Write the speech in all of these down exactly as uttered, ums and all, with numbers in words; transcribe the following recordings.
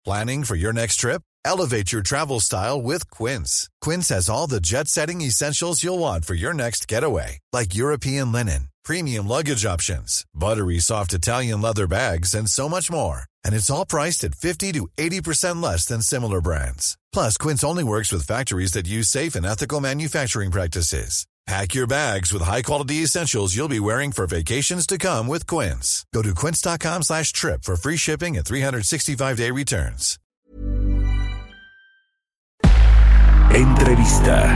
Planning for your next trip? Elevate your travel style with Quince. Quince has all the jet-setting essentials you'll want for your next getaway, like European linen, premium luggage options, buttery soft Italian leather bags, and so much more. And it's all priced at fifty to eighty percent less than similar brands. Plus, Quince only works with factories that use safe and ethical manufacturing practices. Pack your bags with high-quality essentials you'll be wearing for vacations to come with Quince. Go to quince.com slash trip for free shipping and three sixty-five day returns. Entrevista.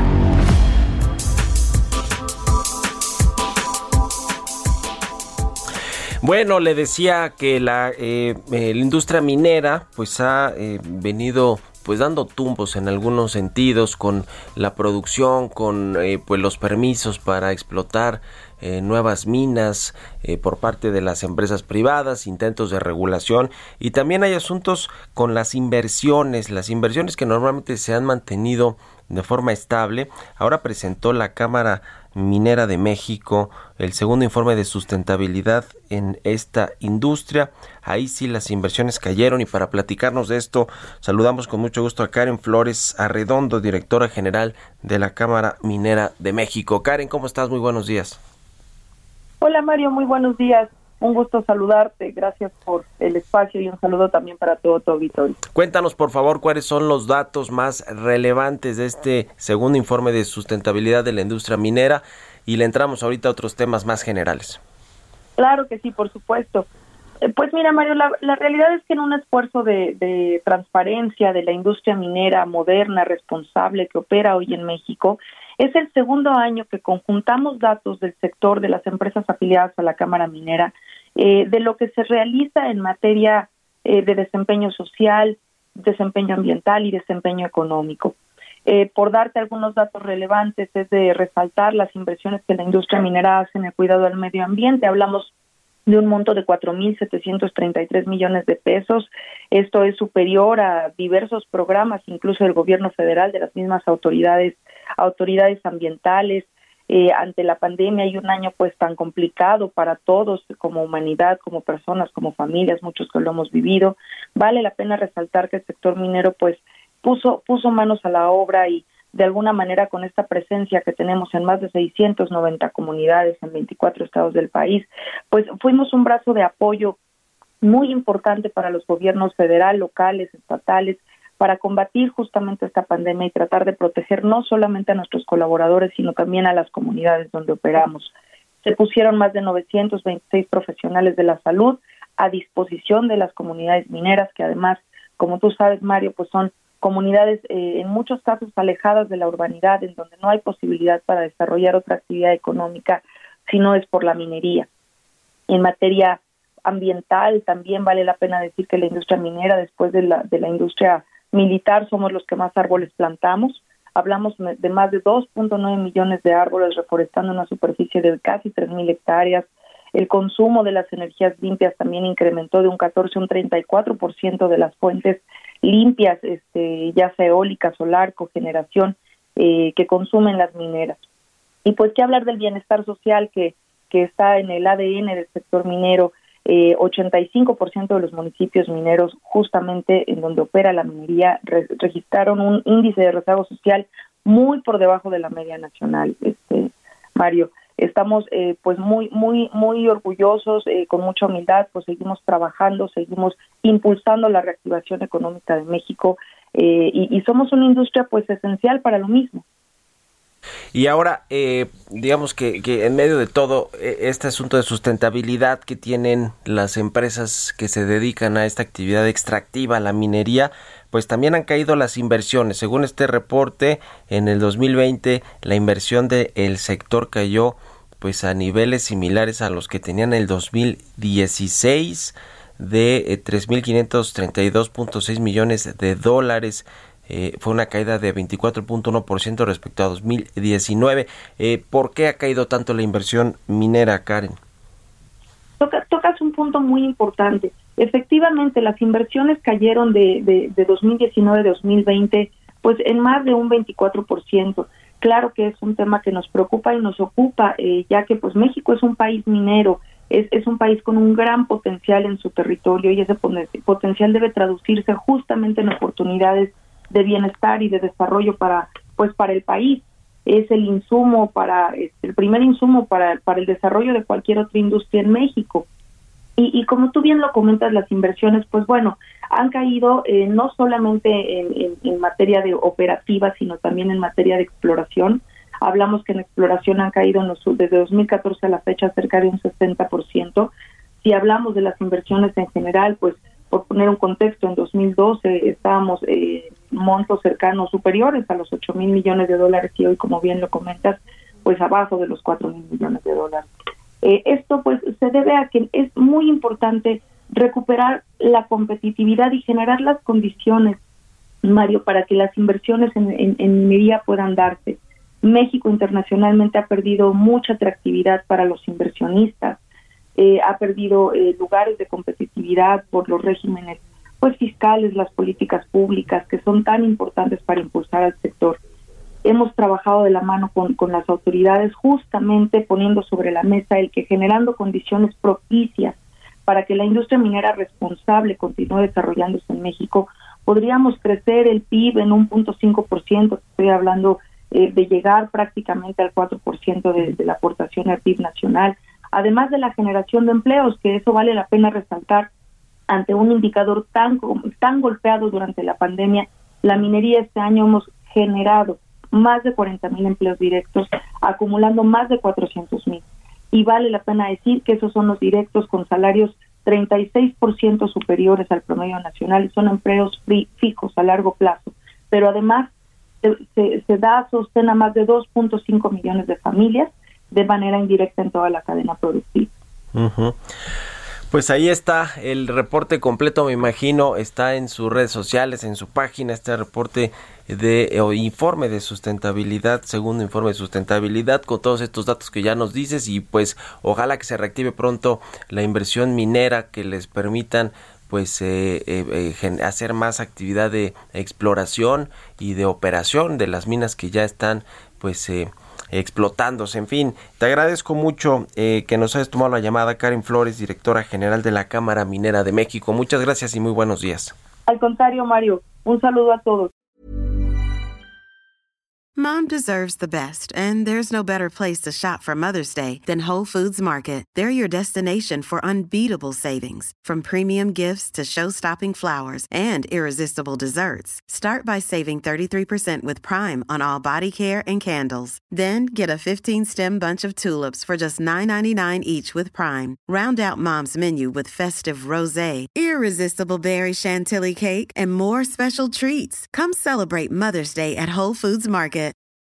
Bueno, le decía que la, eh, eh, la industria minera pues ha eh, venido pues dando tumbos en algunos sentidos con la producción, con eh, pues los permisos para explotar eh, nuevas minas eh, por parte de las empresas privadas, intentos de regulación, y también hay asuntos con las inversiones, las inversiones que normalmente se han mantenido de forma estable. Ahora presentó la Cámara Minera de México el segundo informe de sustentabilidad en esta industria. Ahí sí las inversiones cayeron, y para platicarnos de esto saludamos con mucho gusto a Karen Flores Arredondo, directora general de la Cámara Minera de México. Karen, ¿cómo estás? Muy buenos días. Hola Mario, muy buenos días. Un gusto saludarte, gracias por el espacio y un saludo también para todo tu auditorio. Cuéntanos por favor cuáles son los datos más relevantes de este segundo informe de sustentabilidad de la industria minera, y le entramos ahorita a otros temas más generales. Claro que sí, por supuesto. Eh, pues mira Mario, la, la realidad es que en un esfuerzo de, de transparencia de la industria minera moderna, responsable, que opera hoy en México, es el segundo año que conjuntamos datos del sector de las empresas afiliadas a la Cámara Minera, eh, de lo que se realiza en materia eh, de desempeño social, desempeño ambiental y desempeño económico. Eh, por darte algunos datos relevantes, es de resaltar las inversiones que la industria minera hace en el cuidado del medio ambiente. Hablamos de un monto de cuatro mil setecientos treinta y tres millones de pesos. Esto es superior a diversos programas, incluso del gobierno federal, de las mismas autoridades autoridades ambientales. Eh, ante la pandemia y un año pues tan complicado para todos como humanidad, como personas, como familias, muchos que lo hemos vivido, vale la pena resaltar que el sector minero pues puso puso manos a la obra, y de alguna manera con esta presencia que tenemos en más de seiscientas noventa comunidades en veinticuatro estados del país, pues fuimos un brazo de apoyo muy importante para los gobiernos federal, locales, estatales, para combatir justamente esta pandemia y tratar de proteger no solamente a nuestros colaboradores, sino también a las comunidades donde operamos. Se pusieron más de novecientos veintiséis profesionales de la salud a disposición de las comunidades mineras, que además, como tú sabes, Mario, pues son comunidades eh, en muchos casos alejadas de la urbanidad, en donde no hay posibilidad para desarrollar otra actividad económica si no es por la minería. En materia ambiental, también vale la pena decir que la industria minera, después de la, de la industria militar, somos los que más árboles plantamos. Hablamos de más de dos punto nueve millones de árboles, reforestando una superficie de casi tres mil hectáreas. El consumo de las energías limpias también incrementó de un catorce a un treinta y cuatro por ciento de las fuentes limpias, este, ya sea eólica, solar, cogeneración, eh, que consumen las mineras. Y pues qué hablar del bienestar social que, que está en el A D N del sector minero. Eh, ochenta y cinco por ciento de los municipios mineros, justamente en donde opera la minería, re- registraron un índice de rezago social muy por debajo de la media nacional. Este, Mario, estamos eh, pues muy muy muy orgullosos, eh, con mucha humildad, pues seguimos trabajando, seguimos impulsando la reactivación económica de México, eh, y, y somos una industria pues esencial para lo mismo. Y ahora, eh, digamos que, que en medio de todo eh, este asunto de sustentabilidad que tienen las empresas que se dedican a esta actividad extractiva, la minería, pues también han caído las inversiones. Según este reporte, en el dos mil veinte la inversión del sector cayó pues a niveles similares a los que tenían en el dos mil dieciséis, de eh, tres mil quinientos treinta y dos punto seis millones de dólares. Eh, fue una caída de veinticuatro punto uno por ciento respecto a dos mil diecinueve. Eh, ¿Por qué ha caído tanto la inversión minera, Karen? Toca, tocas un punto muy importante. Efectivamente, las inversiones cayeron de, de, de dos mil diecinueve a dos mil veinte pues en más de un veinticuatro por ciento. Claro que es un tema que nos preocupa y nos ocupa, eh, ya que pues México es un país minero, Es, es un país con un gran potencial en su territorio y ese potencial debe traducirse justamente en oportunidades de bienestar y de desarrollo para, pues, para el país. Es el insumo para, es el primer insumo para, para el desarrollo de cualquier otra industria en México. Y, y como tú bien lo comentas, las inversiones, pues bueno, han caído eh, no solamente en, en, en materia de operativa, sino también en materia de exploración. Hablamos que en exploración han caído en los, desde dos mil catorce a la fecha cerca de un sesenta por ciento. Si hablamos de las inversiones en general, pues por poner un contexto, en dos mil doce estábamos en eh, montos cercanos superiores a los ocho mil millones de dólares y hoy, como bien lo comentas, pues abajo de los cuatro mil millones de dólares. Eh, esto pues se debe a que es muy importante recuperar la competitividad y generar las condiciones, Mario, para que las inversiones en, en, en minería puedan darse. México internacionalmente ha perdido mucha atractividad para los inversionistas, eh, ha perdido eh, lugares de competitividad por los regímenes pues fiscales, las políticas públicas que son tan importantes para impulsar al sector. Hemos trabajado de la mano con, con las autoridades justamente poniendo sobre la mesa el que generando condiciones propicias para que la industria minera responsable continúe desarrollándose en México, podríamos crecer el P I B en un punto cinco por ciento, estoy hablando eh, de llegar prácticamente al cuatro por ciento de, de la aportación al P I B nacional, además de la generación de empleos, que eso vale la pena resaltar ante un indicador tan, tan golpeado durante la pandemia. La minería este año hemos generado más de cuarenta mil empleos directos, acumulando más de cuatrocientos mil. Y vale la pena decir que esos son los directos con salarios treinta y seis por ciento superiores al promedio nacional y son empleos fijos a largo plazo. Pero además se, se, se da sostén a más de dos punto cinco millones de familias de manera indirecta en toda la cadena productiva. Uh-huh. Pues ahí está el reporte completo, me imagino, está en sus redes sociales, en su página, este reporte de o informe de sustentabilidad, segundo informe de sustentabilidad, con todos estos datos que ya nos dices, y pues ojalá que se reactive pronto la inversión minera que les permitan pues eh, eh, eh, hacer más actividad de exploración y de operación de las minas que ya están pues eh, explotándose. En fin, te agradezco mucho eh, que nos hayas tomado la llamada, Karen Flores, directora general de la Cámara Minera de México. Muchas gracias y muy buenos días. Al contrario, Mario, un saludo a todos. Mom deserves the best, and there's no better place to shop for Mother's Day than Whole Foods Market. They're your destination for unbeatable savings, from premium gifts to show-stopping flowers and irresistible desserts. Start by saving thirty-three percent with Prime on all body care and candles. Then get a fifteen-stem bunch of tulips for just nine ninety-nine each with Prime. Round out Mom's menu with festive rosé, irresistible berry chantilly cake, and more special treats. Come celebrate Mother's Day at Whole Foods Market.